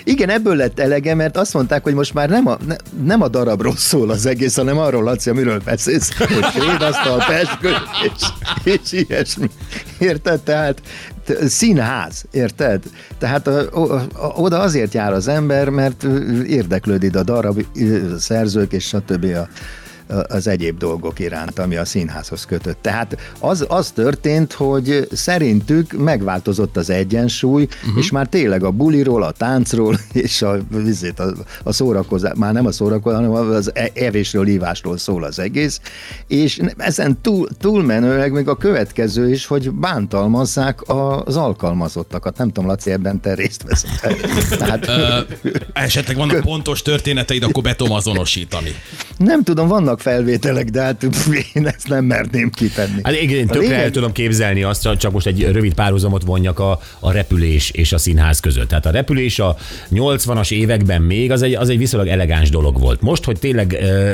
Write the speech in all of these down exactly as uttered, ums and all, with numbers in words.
Igen, ebből lett elege, mert azt mondták, hogy most már nem a, ne, nem a darabról szól az egész, hanem arról, Laci, amiről beszélsz, hogy krédasztal, peskő, és, és ilyesmi. Érted? Tehát színház, érted? Tehát a, a, a, oda azért jár az ember, mert érdeklődik a darab, a szerzők és stb. A, az egyéb dolgok iránt, ami a színházhoz kötött. Tehát az, az történt, hogy szerintük megváltozott az egyensúly, uh-huh. és már tényleg a buliról, a táncról, és a, a, a szórakozás, már nem a szórakozás, hanem az evésről, ívásról szól az egész, és ezen túl, túlmenőleg még a következő is, hogy bántalmazzák az alkalmazottakat. Nem tudom, Laci, ebben te részt veszel. Tehát, Ö, esetleg vannak pontos történeteid, akkor be tudom azonosítani. Nem tudom, vannak felvételek, de hát én ezt nem merném kitenni. Hát igen, tökre lényeg... el tudom képzelni azt, csak most egy rövid párhuzamot vonjak a, a repülés és a színház között. Tehát a repülés a nyolcvanas években még az egy, az egy viszonylag elegáns dolog volt. Most, hogy tényleg ö,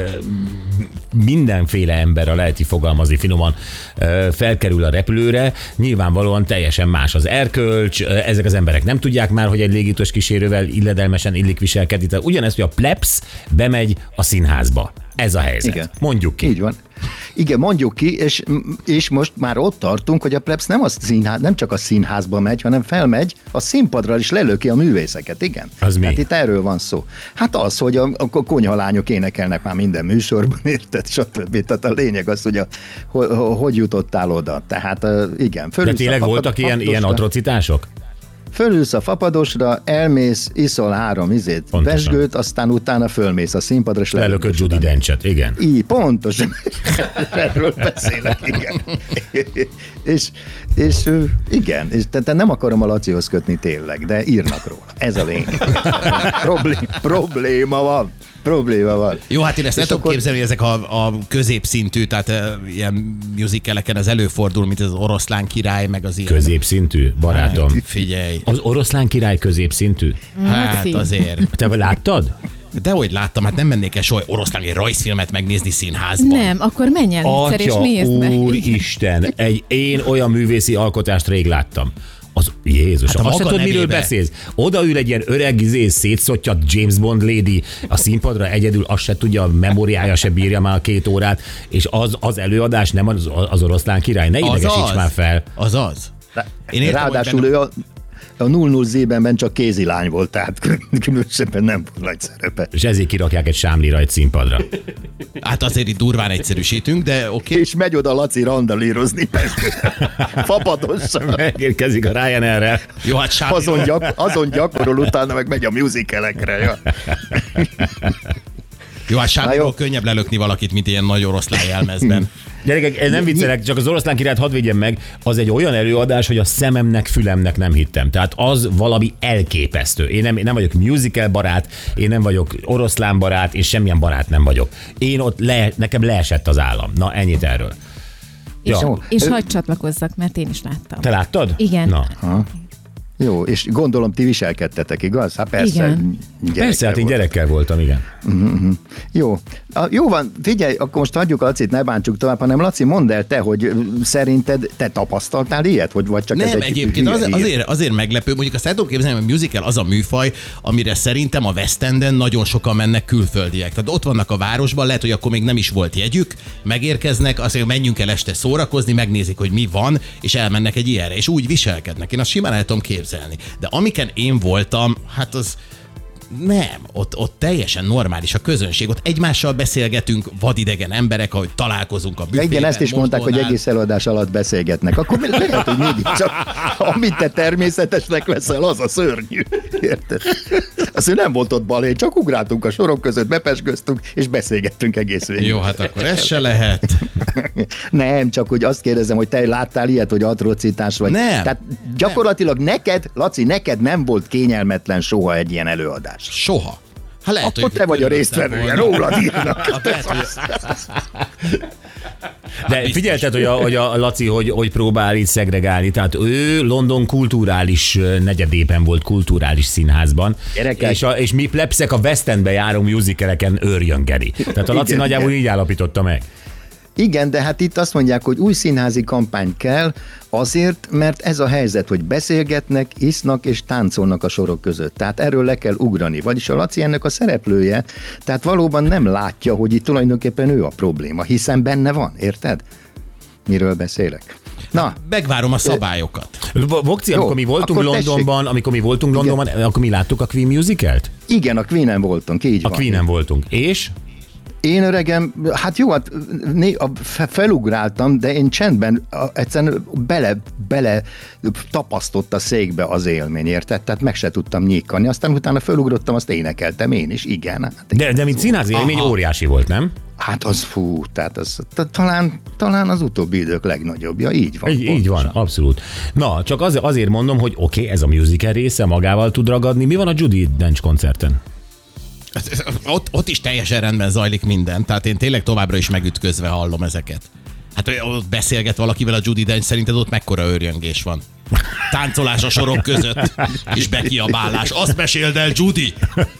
mindenféle ember, a lehet így fogalmazni finoman, ö, felkerül a repülőre, nyilvánvalóan teljesen más az erkölcs, ezek az emberek nem tudják már, hogy egy légitős kísérővel illedelmesen illik viselkedni. Tehát ugyanezt, hogy a plebs bemegy a színházba. Ez a helyzet. Igen. Mondjuk ki. Így van. Igen, mondjuk ki, és, és most már ott tartunk, hogy a plebs nem, a színház, nem csak a színházba megy, hanem felmegy a színpadra is lelöki a művészeket, igen. Az mi? Hát itt erről van szó. Hát az, hogy a, a konyhalányok énekelnek már minden műsorban, érted, stb. Tehát a lényeg az, hogy a, hogy, hogy jutottál oda. Tehát igen. De tényleg voltak ilyen, ilyen atrocitások? Fölülsz a fapadosra, elmész, iszol három izét, pesgőt, aztán utána fölmész a színpadra, és lelököd Judi Dencset, igen. Így, pontosan. Erről beszélek, igen. és, és igen, és te, te nem akarom a Lacihoz kötni tényleg, de írnak róla. Ez a lényeg. Problém, probléma van. Probléma van. Jó, hát én ezt nem tudom akkor... képzelni, hogy ezek a, a középszintű, tehát e, ilyen musicaleken az előfordul, mint az Oroszlán király, meg az ilyen. Középszintű, barátom. Hát, figyelj. Az Oroszlán király középszintű? Hát azért. Te láttad? Dehogy láttam, hát nem mennék el soha oroszlán egy rajzfilmet megnézni színházban. Nem, akkor menj el egyszer és Atya, nézd meg. úristen, egy, én olyan művészi alkotást rég láttam. Az Jézus, hát azt se tudod, miről beszélsz. Odaül egy ilyen öreg, izé, szétszottyat James Bond lady a színpadra egyedül, azt se tudja, a memóriája se bírja már a két órát, és az, az előadás nem az, az Oroszlán király. Ne idegesíts már fel. Az az. Én értem, ráadásul ő a, a nulla nulla zében csak kézilány volt, tehát különösebben nem volt nagy szerepe. És ezért kirakják egy sámlira egy színpadra. Hát azért itt durván egyszerűsítünk, de oké. Okay. És megy oda Laci randalírozni. Fapadosan. Megérkezik a Ryanairrel. Jó, hát sámlira. Azon, gyak, azon gyakorol, utána meg megy a musicalekre. Ja. Jó, hát sámliról könnyebb lelökni valakit, mint ilyen nagy oroszlán jelmezben. Gyerekek, nem viccelek, csak az Oroszlán királyt hadd vigyem meg, az egy olyan előadás, hogy a szememnek, fülemnek nem hittem. Tehát az valami elképesztő. Én nem, nem vagyok musical barát, én nem vagyok oroszlán barát, és semmilyen barát nem vagyok. Én ott, le, nekem leesett az állam. Na, ennyit erről. És, ja. és hagyd csatlakozzak, mert én is láttam. Te láttad? Igen. Na. Ha. Jó, és gondolom ti viselkedtetek, igaz? Hát persze. Igen. Persze, hát én gyerekkel voltam, igen. Uh-huh. Jó. A, jó van, figyelj, akkor most hagyjuk a Lacit, ne bántsuk tovább, hanem Laci, mondd el te, hogy szerinted te tapasztaltál ilyet? Vagy, vagy csak nem, ez egy egyébként az, azért, azért meglepő, mondjuk azt el tudom képzelni, hogy a musical az a műfaj, amire szerintem a West Enden nagyon sokan mennek külföldiek. Tehát ott vannak a városban, lehet, hogy akkor még nem is volt jegyük, megérkeznek, azt mondja, menjünk el este szórakozni, megnézik, hogy mi van, és elmennek egy ilyenre, és úgy viselkednek. Én azt simán el tudom képzelni. De amiken én voltam, hát az nem, ott, ott teljesen normális a közönség, ott egymással beszélgetünk, vadidegen emberek, ahogy találkozunk a büfében. Igen, ezt is mondták, hogy egész előadás alatt beszélgetnek. Akkor lehet, hogy mégiscsak, amit te természetesnek veszel, az a szörnyű. Érted? Azt nem volt ott balé, csak ugráltunk a sorok között, bepesgöztünk, és beszélgettünk egész végig. Jó, hát akkor ez se lehet. Nem, csak hogy azt kérdezem, hogy te láttál ilyet, hogy atrocitás vagy. Nem. Tehát gyakorlatilag nem. neked, Laci, neked nem volt kényelmetlen soha egy ilyen előadás. Soha. Ha lehet, akkor te vagy a résztvevője, rólad írnak. De figyelted, hogy a, hogy a Laci, hogy, hogy próbál itt szegregálni. Tehát ő London kulturális negyedében volt, kulturális színházban. És, a, és mi plebszek a West Endbe járó musicaleken őrjöngeni. Tehát a Laci igen, nagyjából igen. így állapította meg. Igen, de hát itt azt mondják, hogy új színházi kampány kell azért, mert ez a helyzet, hogy beszélgetnek, isznak és táncolnak a sorok között. Tehát erről le kell ugrani. Vagyis a Laci ennek a szereplője, tehát valóban nem látja, hogy itt tulajdonképpen ő a probléma, hiszen benne van, érted? Miről beszélek? Na, megvárom a szabályokat. Vokci, amikor mi voltunk Londonban, amikor mi voltunk Londonban, akkor mi láttuk a Queen musicalt? Igen, a Queen-en voltunk, így a van. A Queen-en voltunk. És? Én öregem, hát jó, hát né, a, felugráltam, de én csendben a, egyszerűen bele, bele tapasztott a székbe az élmény, érted? Tehát meg se tudtam nyíkani. Aztán utána felugrottam, azt énekeltem én is, igen. Hát, de, de mint színházi élmény óriási volt, nem? Hát az fú, tehát az, talán, talán az utóbbi idők legnagyobbja, így van. Így, így van, abszolút. Na, csak az, azért mondom, hogy oké, okay, ez a musical része magával tud ragadni. Mi van a Judi Dench koncerten? Ott, ott is teljesen rendben zajlik minden, tehát én tényleg továbbra is megütközve hallom ezeket. Hát ott beszélget valakivel a Judi Dench, szerinted ott mekkora őrjöngés van? Táncolás a sorok között, és bekiabálás. Azt meséld el, Judy!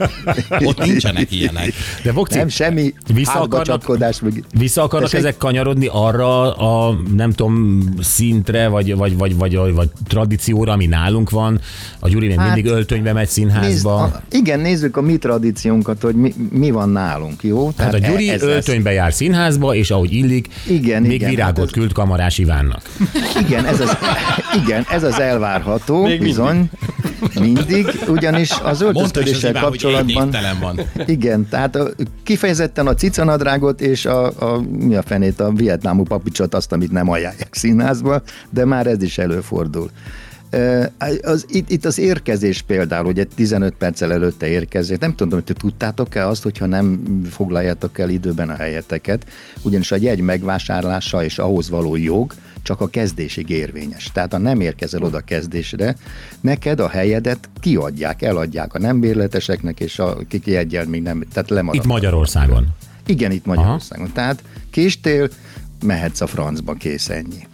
Ott nincsenek ilyenek. De Vokci, nem semmi vissza akarnak, vissza akarnak ezek kanyarodni arra a, nem tudom, szintre, vagy, vagy, vagy, vagy, vagy, vagy tradícióra, ami nálunk van. A Gyuri még hát, mindig öltönybe megy színházba. Nézd, a, igen, nézzük a mi tradíciónkat, hogy mi, mi van nálunk, jó? Tehát, Tehát a Gyuri ez öltönybe lesz. Jár színházba, és ahogy illik, igen, még igen, virágot hát ez... küld Kamarás Ivánnak. Igen, ez az, igen, ez az elvárható, még bizony, mindig. mindig, ugyanis az öltözködéssel kapcsolatban... van. Igen, tehát a, kifejezetten a cicanadrágot és a, a, mi a fenét, a vietnámú papicsot, azt, amit nem ajánlják színházba, de már ez is előfordul. Az, itt, itt az érkezés például, ugye tizenöt perccel előtte érkezik. Nem tudom, hogy tudtátok-e azt, hogyha nem foglaljátok el időben a helyeteket, ugyanis a jegy megvásárlása és ahhoz való jog csak a kezdésig érvényes. Tehát ha nem érkezel oda kezdésre, neked a helyedet kiadják, eladják a nem bérleteseknek, és akik jeggyel még nem, tehát lemarad. Itt Magyarországon? Igen, itt Magyarországon. Aha. Tehát késtél, mehetsz a francba, kész, ennyi.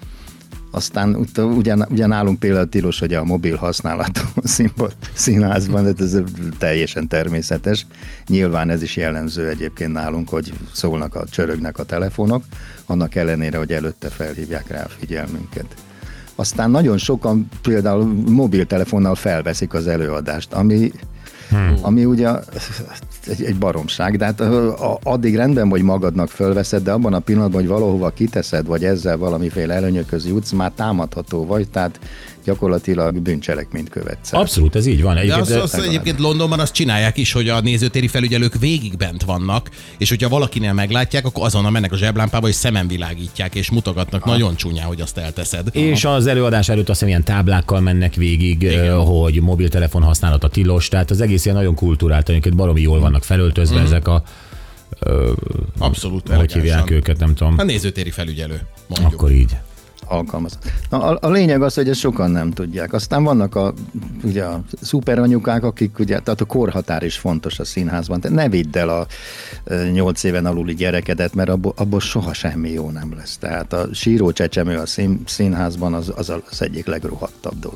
Aztán ugyan, ugyan nálunk például tilos, hogy a mobil használat a színházban, de ez teljesen természetes. Nyilván ez is jellemző egyébként nálunk, hogy szólnak, a csörögnek a telefonok, annak ellenére, hogy előtte felhívják rá a figyelmünket. Aztán nagyon sokan például mobiltelefonnal felveszik az előadást, ami, hmm. ami ugye egy, egy baromság, de hát addig rendben, hogy magadnak fölveszed, de abban a pillanatban, hogy valahova kiteszed, vagy ezzel valamiféle előnyökhöz jutsz, már támadható vagy, tehát gyakorlatilag bűncselekményt követsz. Abszolút, ez így van. Egyébként, de az, az egyébként Londonban azt csinálják is, hogy a nézőtéri felügyelők végig bent vannak, és hogyha valakinél meglátják, akkor azonnal mennek a zseblámpába, és szemen világítják, és mutogatnak Aha. nagyon csúnyán, hogy azt elteszed. És Aha. az előadás előtt azt hiszem ilyen táblákkal mennek végig, Igen. hogy mobiltelefon használata tilos, tehát az egész ilyen nagyon kultúrált, egyébként baromi jól vannak felöltözve mm. ezek a ö, Abszolút. Hogy hívják őket, nem tudom. A nézőtéri felügyelő, mondjuk. Akkor így. Alkalmazott. Na, a, a lényeg az, hogy ezt sokan nem tudják. Aztán vannak a, ugye, a szuperanyukák, akik ugye, tehát a korhatár is fontos a színházban. Tehát ne vidd el a nyolc éven aluli gyerekedet, mert abból, abból soha semmi jó nem lesz. Tehát a síró csecsemő a szín, színházban az, az az egyik legrohadtabb dolog.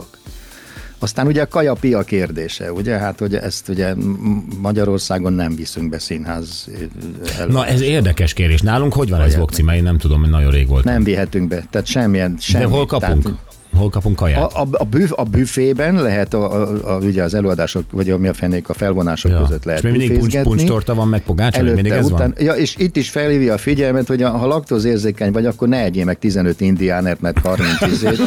Aztán ugye a kaja-pia kérdése, ugye, hát ugye ezt ugye Magyarországon nem viszünk be színház előtt. Na ez érdekes kérdés. Nálunk hogy van ez, Vokci, mert én nem tudom, hogy nagyon rég volt. Nem vihetünk be, tehát semmilyen, semmi. De hol kapunk? Tehát, hol kapunk kaját? A, a, a, büf, a büfében lehet a, a, a, ugye az előadások, vagy ami a fenék, a felvonások ja. között lehet büfézgetni. És még mindig puncs, puncstorta van, meg pogácsa, mindig ez után, van? Ja, és itt is felhívja a figyelmet, hogy a, ha laktózérzékeny vagy, akkor ne egyél meg tizenöt indiánert, mert harminc izét,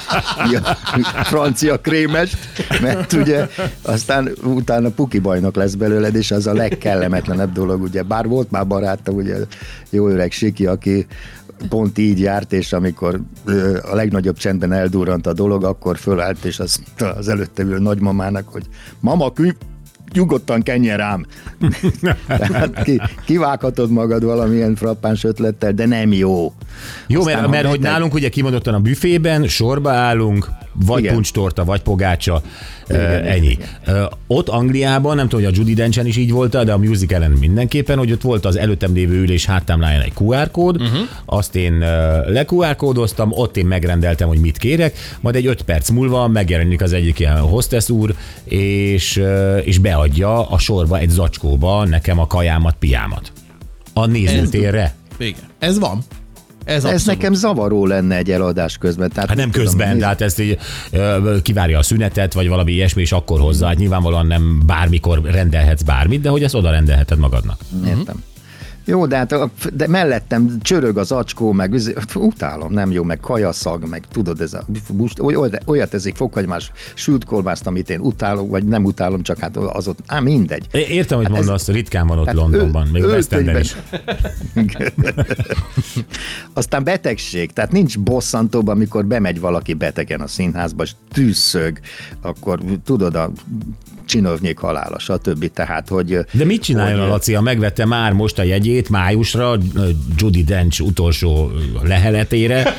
francia krémest, mert ugye aztán utána puki bajnok lesz belőled, és az a legkellemetlenebb dolog, ugye. Bár volt már barátom, ugye jó öreg Siki, aki pont így járt, és amikor a legnagyobb csendben eldurrant a dolog, akkor fölállt, és az, az előtte ülő nagymamának, hogy mama, kü, nyugodtan kenjen rám. Tehát ki, kivághatod magad valamilyen frappáns ötlettel, de nem jó. Jó, Aztán, mert, mert hogy nálunk ugye kimondottan a büfében sorba állunk, vagy igen. puncstorta, vagy pogácsa, igen, uh, ennyi. Igen. Uh, ott Angliában, nem tudom, hogy a Judi Denchen is így volt, de a musicalen mindenképpen, hogy ott volt az előttem lévő ülés háttámláján egy kú ár kód, uh-huh. azt én uh, le kú ár kódoztam, ott én megrendeltem, hogy mit kérek, majd egy öt perc múlva megjelenik az egyik ilyen hostess úr, és, uh, és beadja a sorba egy zacskóba nekem a kajámat, piámat. A nézőtérre. Igen. Ez van. Ez, Ez nekem zavaró lenne egy eladás közben. Tehát Hát nem tudom, közben, nézd- de hát ezt így ö, kivárja a szünetet, vagy valami ilyesmi, és akkor hozzá. Hát nyilvánvalóan nem bármikor rendelhetsz bármit, de hogy ezt oda rendelheted magadnak. Értem. Jó, de, hát, a- de mellettem csörög az acskó, meg üz- utálom, nem jó, meg kajaszag, meg tudod, ez a, oly- olyat ezik fokhagymás sült kolbászt, amit én utálok, vagy nem utálom, csak hát az ott, á, mindegy. É- Értem, hogy Hát ez- mondasz, ritkán van ott Tehát Londonban, öl- még a West Endben öltönyben- is. Aztán betegség, tehát nincs bosszantóbb, amikor bemegy valaki betegen a színházba, és tűzszög, akkor tudod, a csinovnyék halála, stb. Tehát, hogy... De mit csináljon hogy- a Laci, ha megvette már most a jegyét májusra Judi Dench utolsó leheletére,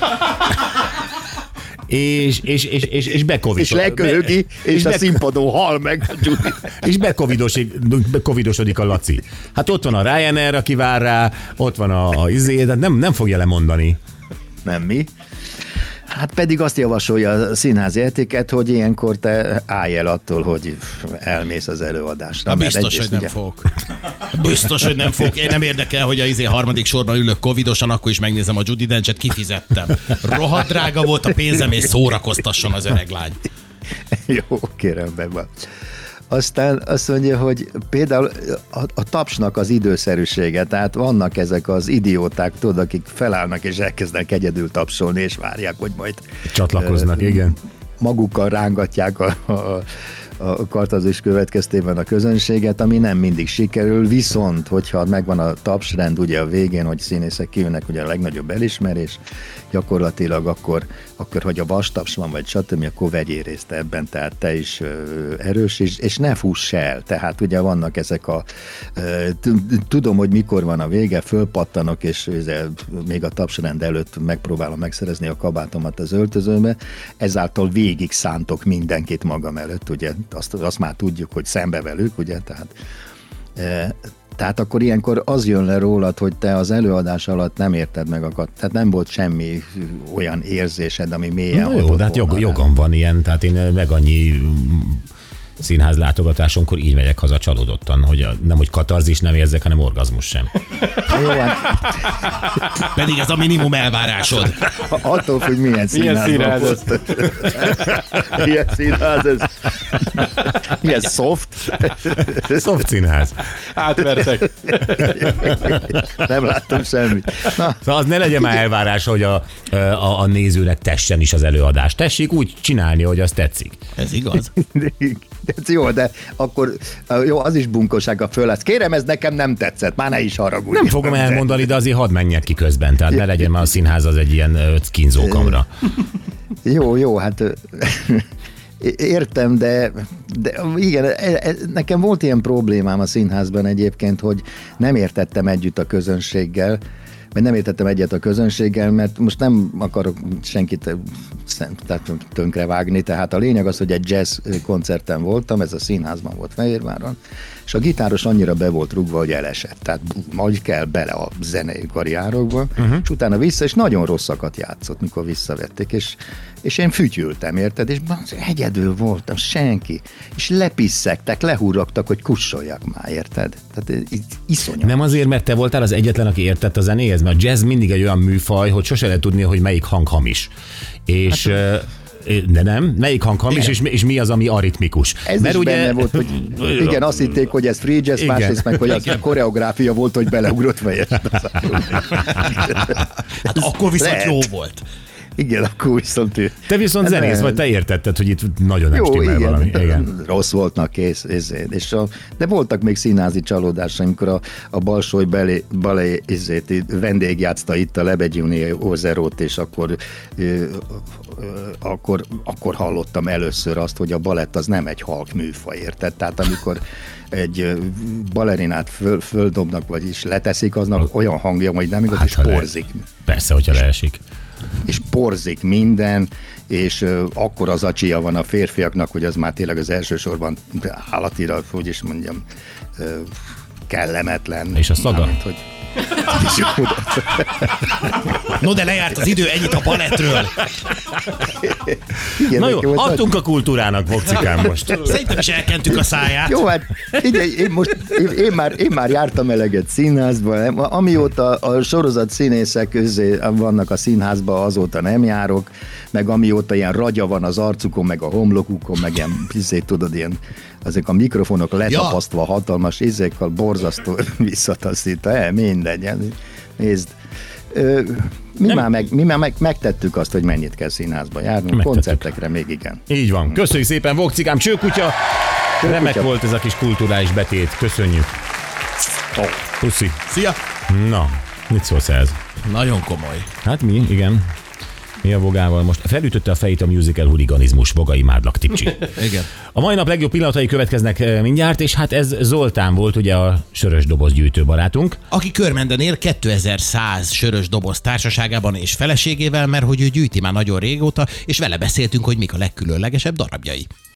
és, és, és, és, és bekovisod. És leköhögi, és a be- színpadon hal meg a Judy. és becovidosodik, becovidosodik a Laci. Hát ott van a Ryanair, aki vár rá, ott van a, a izé, de nem, nem fogja lemondani. Nem mi. Hát pedig azt javasolja a színházi etiket, hogy ilyenkor te állj el attól, hogy elmész az előadásra. Na, Mert biztos, egyrészt hogy nem ugye- fogok. Biztos, hogy nem fogok. Én nem érdekel, hogy a izé harmadik sorban ülök covidosan, akkor is megnézem a Judi Denchet, kifizettem. Rohadt drága volt a pénzem, és szórakoztasson az öreg lány. Jó, kérem be. van. Aztán azt mondja, hogy például a, a tapsnak az időszerűsége, tehát vannak ezek az idióták, tudod, akik felállnak és elkezdenek egyedül tapsolni, és várják, hogy majd Csatlakoznak, igen. magukkal rángatják a, a, a kartazés következtében a közönséget, ami nem mindig sikerül, viszont hogyha megvan a tapsrend ugye a végén, hogy színészek kijönnek ugye a legnagyobb elismerés, gyakorlatilag akkor, akkor hogy a vastaps van, vagy stb., akkor vegyél részt ebben, tehát te is ö, erős, és, és ne fuss el, tehát ugye vannak ezek a ö, t- tudom, hogy mikor van a vége, fölpattanok, és ugye, még a tapsrend előtt megpróbálom megszerezni a kabátomat az öltözőbe, ezáltal végig szántok mindenkit magam előtt, ugye, azt, azt már tudjuk, hogy szembe velük, ugye, tehát e, tehát akkor ilyenkor az jön le rólad, hogy te az előadás alatt nem érted meg a kat, tehát nem volt semmi olyan érzésed, ami mélyen Na jó, hatott de hát jog, volna rá. jogom van ilyen, tehát én meg annyi mm, színház látogatásonkkor így megyek haza csalódottan, hogy a, nem hogy katarzis nem érzek, hanem orgazmus sem. Jó, hát Pedig ez a minimum elvárásod. attól függ, milyen Milyen színházban színház ez? volt. Milyen színház ez? Milyen soft? Soft színház. Átvertek. Nem láttam semmit. Na, Szóval az ne legyen már elvárás, hogy a, a, a nézőnek tessen is az előadás. Tessék úgy csinálni, hogy az tetszik. Ez igaz? de jó, de akkor jó, az is bunkóság a föl lesz. Kérem, ez nekem nem tetszett, már ne is haragudj. Nem fogom elmondani, de azért hadd menjek ki közben, tehát ne legyen már a színház az egy ilyen ö, kínzókamra. Jó, jó, hát ö, értem, de, de igen, e- e- nekem volt ilyen problémám a színházban egyébként, hogy nem értettem együtt a közönséggel, vagy nem értettem egyet a közönséggel, mert most nem akarok senkit szem- tehát tönkrevágni, tehát a lényeg az, hogy egy jazz koncerten voltam, ez a színházban volt Fehérváron, és a gitáros annyira be volt rúgva, hogy elesett, tehát majd kell bele a zenei karriárokba, uh-huh. és utána vissza, és nagyon rosszakat játszott, mikor visszavették, és, és én fütyültem, érted, és egyedül voltam, senki, és lepisszegtek, lehúrogtak, hogy kussoljak már, érted? Tehát így iszonyat. Nem azért, mert te voltál az egyetlen, aki értett a zenéhez, mert a jazz mindig egy olyan műfaj, hogy sose lehet tudni, hogy melyik hang hamis. És... Hát, de nem? Melyik hang hamis, és, és mi az, ami aritmikus? Ez mert is ugye... benne volt, hogy igen, azt hitték, hogy ez free jazz, igen. Másrészt meg, hogy az a koreográfia volt, hogy beleugrott fejes. Hát akkor viszont Lehet. jó volt. Igen, akkor viszont ő. Te viszont Hát zenész nem. vagy, te értetted, hogy itt nagyon nem Jó, stimmel igen, valami. Igen. rossz voltnak kész. ezért. És a, de voltak még színházi csalódásaim, amikor a, a Balsói Balé, balé ezért, vendégjátszta itt a Lebegyuni Ózerót, és akkor, ö, ö, akkor, akkor hallottam először azt, hogy a balett az nem egy halk műfaj, érted? Tehát amikor egy ö, balerinát föl, földobnak, vagyis leteszik, aznak olyan hangja, hogy nem igaz, Hát, és ha le- porzik. Persze, hogyha leesik. És porzik minden, és uh, akkor az acsia van a férfiaknak, hogy az már tényleg az elsősorban állatira, hogy is mondjam, uh, kellemetlen. És a szaga? Mármint, hogy És oda, No, de lejárt az idő, ennyit a balettről. igen, Na jó, neki volt nagy- adtunk a kultúrának, Vokcikám most. Szerintem is elkentük a száját. Jó, hát igen, én, most, én, én, már, én már jártam eleget színházba, amióta a sorozat színészek közé vannak a színházba, azóta nem járok, meg amióta ilyen ragya van az arcukon, meg a homlokukon, meg ilyen, piszét, tudod, ilyen, ezek a mikrofonok letapasztva ja. hatalmas izékkal, borzasztó visszataszít, eh, mindegy. Nézd, ö, mi, Nem. már, meg, mi már meg, megtettük azt, hogy mennyit kell színházba járnunk, Megtettük. koncertekre még igen. Így van. Köszönjük szépen, Vokcikám, Csőkutya. Remek volt ez a kis kulturális betét. Köszönjük. Oh. Puszi. Szia! Na, mit szólsz ez? Nagyon komoly. Hát mi? Igen. Mi a Vogával most? Felütötte a fejét a musical huliganizmus, Voga imádlak tipcsi. Igen. A mai nap legjobb pillanatai következnek eh, mindjárt, és hát ez Zoltán volt, ugye a sörös doboz gyűjtő barátunk. Aki Körmenden él kétezer-száz sörös doboz társaságában és feleségével, mert hogy ő gyűjti már nagyon régóta, és vele beszéltünk, hogy mik a legkülönlegesebb darabjai.